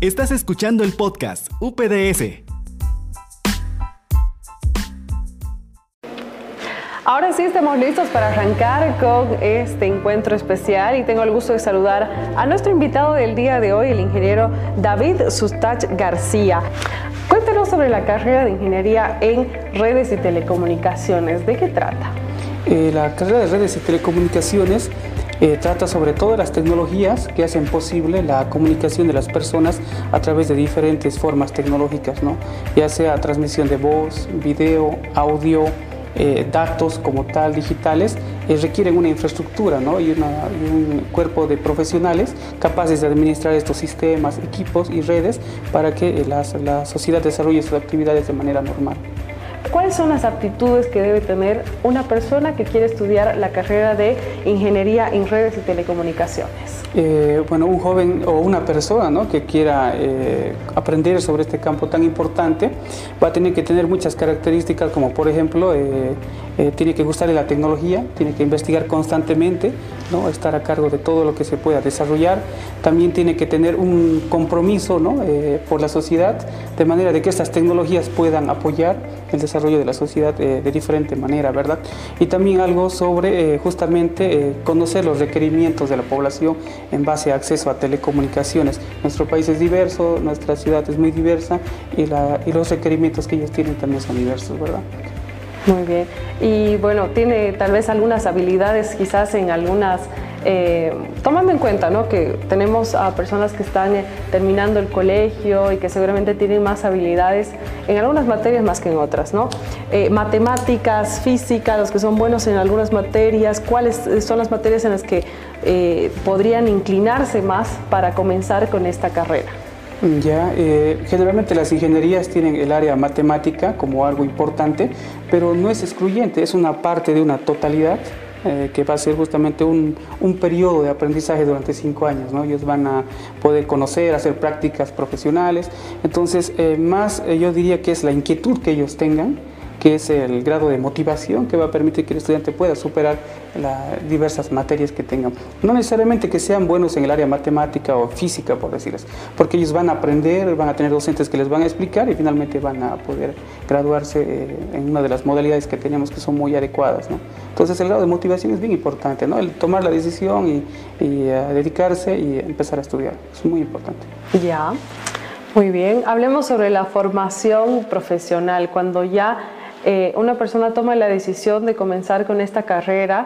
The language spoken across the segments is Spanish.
Estás escuchando el podcast UPDS. Ahora sí estamos listos para arrancar con este encuentro especial y tengo el gusto de saludar a nuestro invitado del día de hoy, el ingeniero David Sustach García. Cuéntanos sobre la carrera de Ingeniería en Redes y Telecomunicaciones. ¿De qué trata? La carrera de Redes y Telecomunicaciones trata sobre todo de las tecnologías que hacen posible la comunicación de las personas a través de diferentes formas tecnológicas, ¿no? Ya sea transmisión de voz, video, audio, datos como tal digitales, requieren una infraestructura, ¿no? y un cuerpo de profesionales capaces de administrar estos sistemas, equipos y redes para que la sociedad desarrolle sus actividades de manera normal. ¿Cuáles son las aptitudes que debe tener una persona que quiere estudiar la carrera de Ingeniería en Redes y Telecomunicaciones? Bueno, un joven o una persona, ¿no?, que quiera aprender sobre este campo tan importante va a tener que tener muchas características, como por ejemplo tiene que gustarle la tecnología, tiene que investigar constantemente, ¿no?, estar a cargo de todo lo que se pueda desarrollar. También tiene que tener un compromiso, ¿no?, por la sociedad, de manera de que estas tecnologías puedan apoyar el desarrollo de la sociedad de diferente manera, ¿verdad? Y también algo sobre justamente conocer los requerimientos de la población en base a acceso a telecomunicaciones. Nuestro país es diverso, nuestra ciudad es muy diversa y los requerimientos que ellos tienen también son diversos, ¿verdad? Muy bien. Y bueno, tiene tal vez algunas habilidades quizás en algunas, tomando en cuenta, ¿no?, que tenemos a personas que están terminando el colegio y que seguramente tienen más habilidades en algunas materias más que en otras, ¿no? Matemáticas, física, los que son buenos en algunas materias, ¿cuáles son las materias en las que podrían inclinarse más para comenzar con esta carrera? Generalmente las ingenierías tienen el área matemática como algo importante, pero no es excluyente, es una parte de una totalidad que va a ser justamente un periodo de aprendizaje durante 5 años, ¿no? Ellos van a poder conocer, hacer prácticas profesionales. Entonces, yo diría que es la inquietud que ellos tengan, que es el grado de motivación que va a permitir que el estudiante pueda superar las diversas materias que tengan. No necesariamente que sean buenos en el área matemática o física, por decirles, porque ellos van a aprender, van a tener docentes que les van a explicar y finalmente van a poder graduarse en una de las modalidades que tenemos que son muy adecuadas, ¿no? Entonces el grado de motivación es bien importante, ¿no? El tomar la decisión y dedicarse y empezar a estudiar, es muy importante. Ya, muy bien. Hablemos sobre la formación profesional. Cuando ya una persona toma la decisión de comenzar con esta carrera,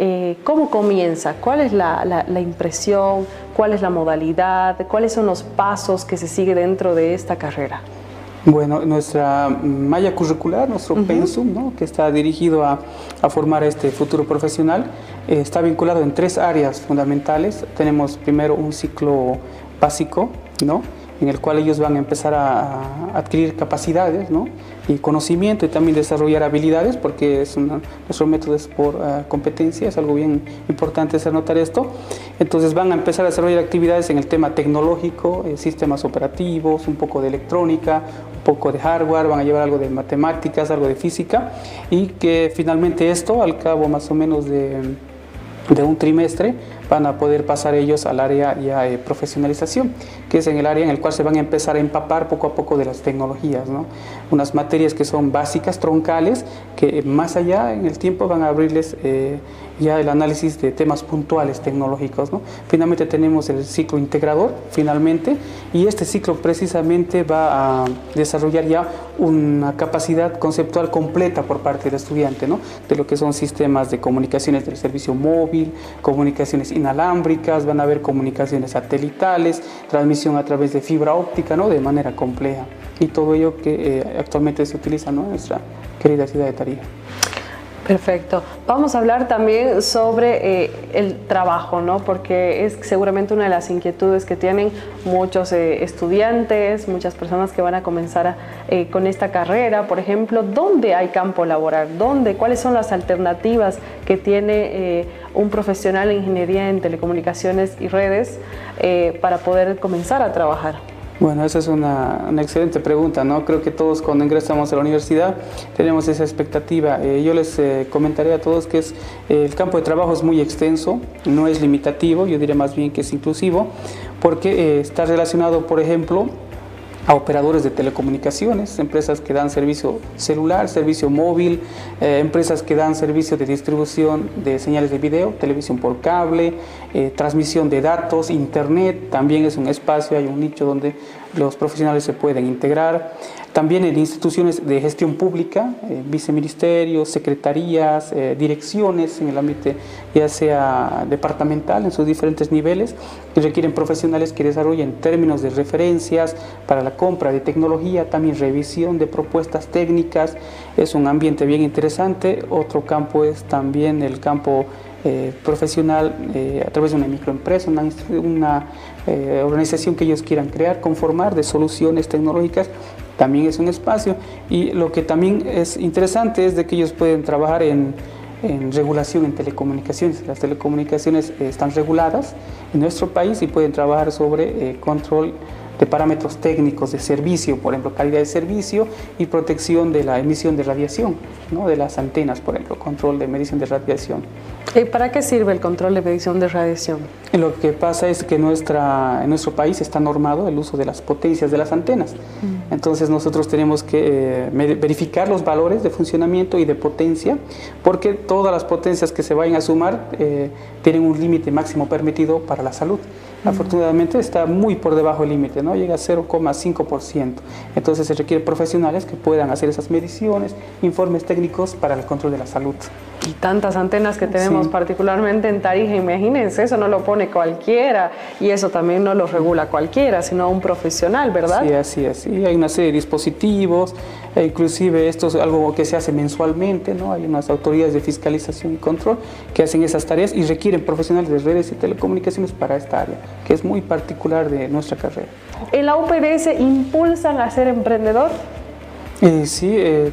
¿cómo comienza? ¿Cuál es la impresión? ¿Cuál es la modalidad? ¿Cuáles son los pasos que se sigue dentro de esta carrera? Bueno, nuestra malla curricular, nuestro pensum, ¿no?, que está dirigido a formar este futuro profesional, está vinculado en 3 áreas fundamentales. Tenemos primero un ciclo básico, ¿no?, en el cual ellos van a empezar a adquirir capacidades, ¿no?, y conocimiento, y también desarrollar habilidades, porque nuestro método es por competencia, es algo bien importante hacer notar esto. Entonces van a empezar a desarrollar actividades en el tema tecnológico, sistemas operativos, un poco de electrónica, un poco de hardware, van a llevar algo de matemáticas, algo de física, y que finalmente esto, al cabo más o menos de un trimestre, van a poder pasar ellos al área ya de profesionalización, que es en el área en el cual se van a empezar a empapar poco a poco de las tecnologías, ¿no? Unas materias que son básicas, troncales, que más allá en el tiempo van a abrirles ya el análisis de temas puntuales tecnológicos, ¿no? Finalmente tenemos el ciclo integrador, finalmente, y este ciclo precisamente va a desarrollar ya una capacidad conceptual completa por parte del estudiante, ¿no?, de lo que son sistemas de comunicaciones del servicio móvil, comunicaciones inalámbricas, van a haber comunicaciones satelitales, transmisión a través de fibra óptica, ¿no?, de manera compleja, y todo ello que actualmente se utiliza, ¿no?, en nuestra querida ciudad de Tarija. Perfecto. Vamos a hablar también sobre el trabajo, ¿no?, porque es seguramente una de las inquietudes que tienen muchos estudiantes, muchas personas que van a comenzar con esta carrera. Por ejemplo, ¿dónde hay campo laboral? ¿Cuáles son las alternativas que tiene un profesional en ingeniería en telecomunicaciones y redes para poder comenzar a trabajar? Bueno, esa es una excelente pregunta, ¿no? Creo que todos cuando ingresamos a la universidad tenemos esa expectativa. Yo les comentaré a todos que el campo de trabajo es muy extenso, no es limitativo, yo diría más bien que es inclusivo, porque está relacionado, por ejemplo, a operadores de telecomunicaciones, empresas que dan servicio celular, servicio móvil, empresas que dan servicio de distribución de señales de video, televisión por cable, transmisión de datos, internet, también es un espacio, hay un nicho donde los profesionales se pueden integrar. También en instituciones de gestión pública, viceministerios, secretarías, direcciones en el ámbito ya sea departamental en sus diferentes niveles, que requieren profesionales que desarrollen términos de referencias para la compra de tecnología, también revisión de propuestas técnicas. Es un ambiente bien interesante. Otro campo es también el campo profesional a través de una microempresa, una organización que ellos quieran crear, conformar de soluciones tecnológicas. También es un espacio, y lo que también es interesante es de que ellos pueden trabajar en regulación en telecomunicaciones. Las telecomunicaciones están reguladas en nuestro país y pueden trabajar sobre control de parámetros técnicos de servicio, por ejemplo, calidad de servicio y protección de la emisión de radiación, ¿no? De las antenas, por ejemplo, control de medición de radiación. ¿Y para qué sirve el control de medición de radiación? Lo que pasa es que en nuestro país está normado el uso de las potencias de las antenas. Entonces nosotros tenemos que verificar los valores de funcionamiento y de potencia, porque todas las potencias que se vayan a sumar tienen un límite máximo permitido para la salud. Afortunadamente está muy por debajo del límite, ¿no? Llega a 0,5%. Entonces se requiere profesionales que puedan hacer esas mediciones, informes técnicos para el control de la salud. Y tantas antenas que tenemos, sí, particularmente en Tarija, imagínense, eso no lo pone cualquiera, y eso también no lo regula cualquiera, sino un profesional, ¿verdad? Sí, así es. Y hay una serie de dispositivos, inclusive esto es algo que se hace mensualmente, ¿no? Hay unas autoridades de fiscalización y control que hacen esas tareas y requieren profesionales de redes y telecomunicaciones para esta área, que es muy particular de nuestra carrera. ¿En la UPDS impulsan a ser emprendedor? Sí,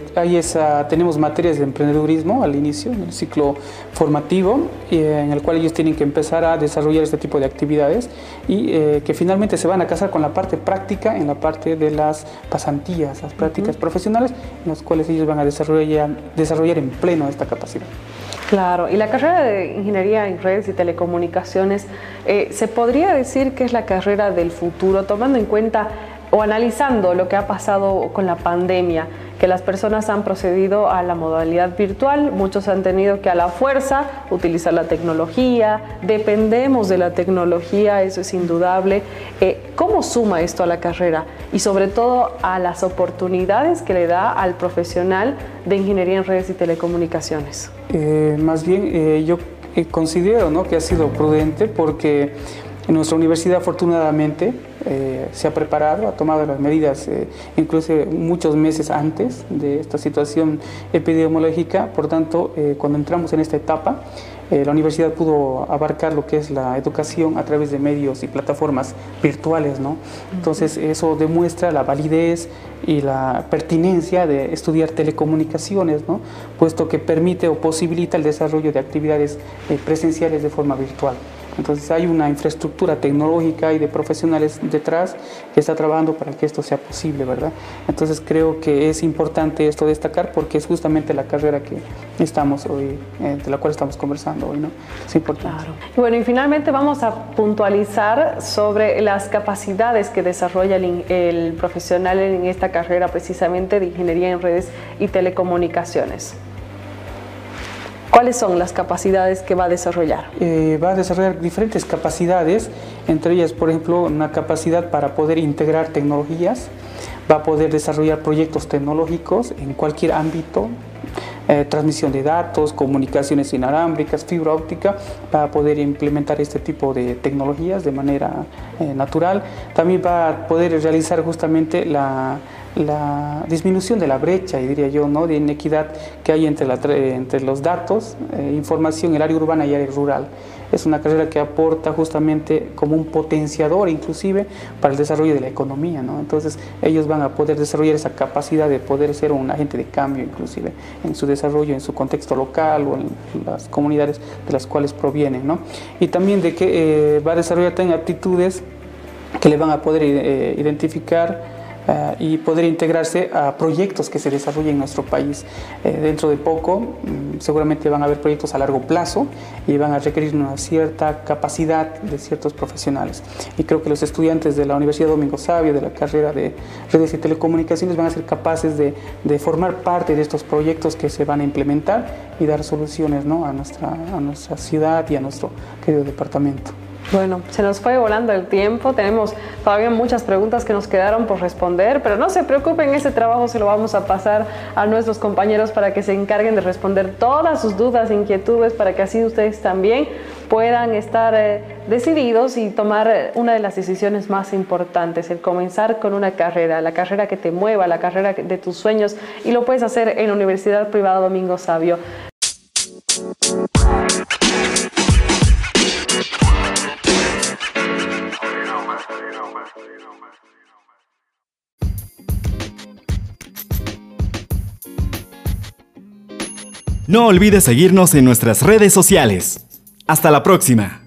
tenemos materias de emprendedurismo al inicio, en el ciclo formativo, en el cual ellos tienen que empezar a desarrollar este tipo de actividades y que finalmente se van a casar con la parte práctica en la parte de las pasantías, las prácticas profesionales, en las cuales ellos van a desarrollar en pleno esta capacidad. Claro, y la carrera de Ingeniería en Redes y Telecomunicaciones, ¿se podría decir que es la carrera del futuro, tomando en cuenta o analizando lo que ha pasado con la pandemia, que las personas han procedido a la modalidad virtual, muchos han tenido que a la fuerza utilizar la tecnología, dependemos de la tecnología, eso es indudable. ¿Cómo suma esto a la carrera y sobre todo a las oportunidades que le da al profesional de Ingeniería en Redes y Telecomunicaciones? Más bien yo considero, ¿no?, que ha sido prudente, porque en nuestra universidad afortunadamente se ha preparado, ha tomado las medidas incluso muchos meses antes de esta situación epidemiológica. Por tanto, cuando entramos en esta etapa, la universidad pudo abarcar lo que es la educación a través de medios y plataformas virtuales, ¿no? Entonces eso demuestra la validez y la pertinencia de estudiar telecomunicaciones, ¿no?, puesto que permite o posibilita el desarrollo de actividades presenciales de forma virtual. Entonces hay una infraestructura tecnológica y de profesionales detrás que está trabajando para que esto sea posible, ¿verdad? Entonces creo que es importante esto destacar, porque es justamente la carrera que estamos hoy, de la cual estamos conversando hoy, ¿no? Es importante. Claro. Y bueno, y finalmente vamos a puntualizar sobre las capacidades que desarrolla el profesional en esta carrera precisamente de Ingeniería en Redes y Telecomunicaciones. ¿Cuáles son las capacidades que va a desarrollar? Va a desarrollar diferentes capacidades, entre ellas, por ejemplo, una capacidad para poder integrar tecnologías, va a poder desarrollar proyectos tecnológicos en cualquier ámbito, transmisión de datos, comunicaciones inalámbricas, fibra óptica, va a poder implementar este tipo de tecnologías de manera natural. También va a poder realizar justamente la disminución de la brecha, y diría yo, ¿no?, de inequidad que hay entre los datos, información en el área urbana y área rural. Es una carrera que aporta justamente como un potenciador inclusive para el desarrollo de la economía, ¿no? Entonces ellos van a poder desarrollar esa capacidad de poder ser un agente de cambio inclusive en su desarrollo, en su contexto local o en las comunidades de las cuales provienen, ¿no? Y también de que va a desarrollar también aptitudes que le van a poder identificar y poder integrarse a proyectos que se desarrollen en nuestro país. Dentro de poco seguramente van a haber proyectos a largo plazo y van a requerir una cierta capacidad de ciertos profesionales. Y creo que los estudiantes de la Universidad Domingo Savio, de la carrera de Redes y Telecomunicaciones, van a ser capaces de formar parte de estos proyectos que se van a implementar y dar soluciones, ¿no?, a nuestra ciudad y a nuestro querido departamento. Bueno, se nos fue volando el tiempo, tenemos todavía muchas preguntas que nos quedaron por responder, pero no se preocupen, ese trabajo se lo vamos a pasar a nuestros compañeros para que se encarguen de responder todas sus dudas e inquietudes, para que así ustedes también puedan estar decididos y tomar una de las decisiones más importantes, el comenzar con una carrera, la carrera que te mueva, la carrera de tus sueños, y lo puedes hacer en la Universidad Privada Domingo Savio. No olvides seguirnos en nuestras redes sociales. ¡Hasta la próxima!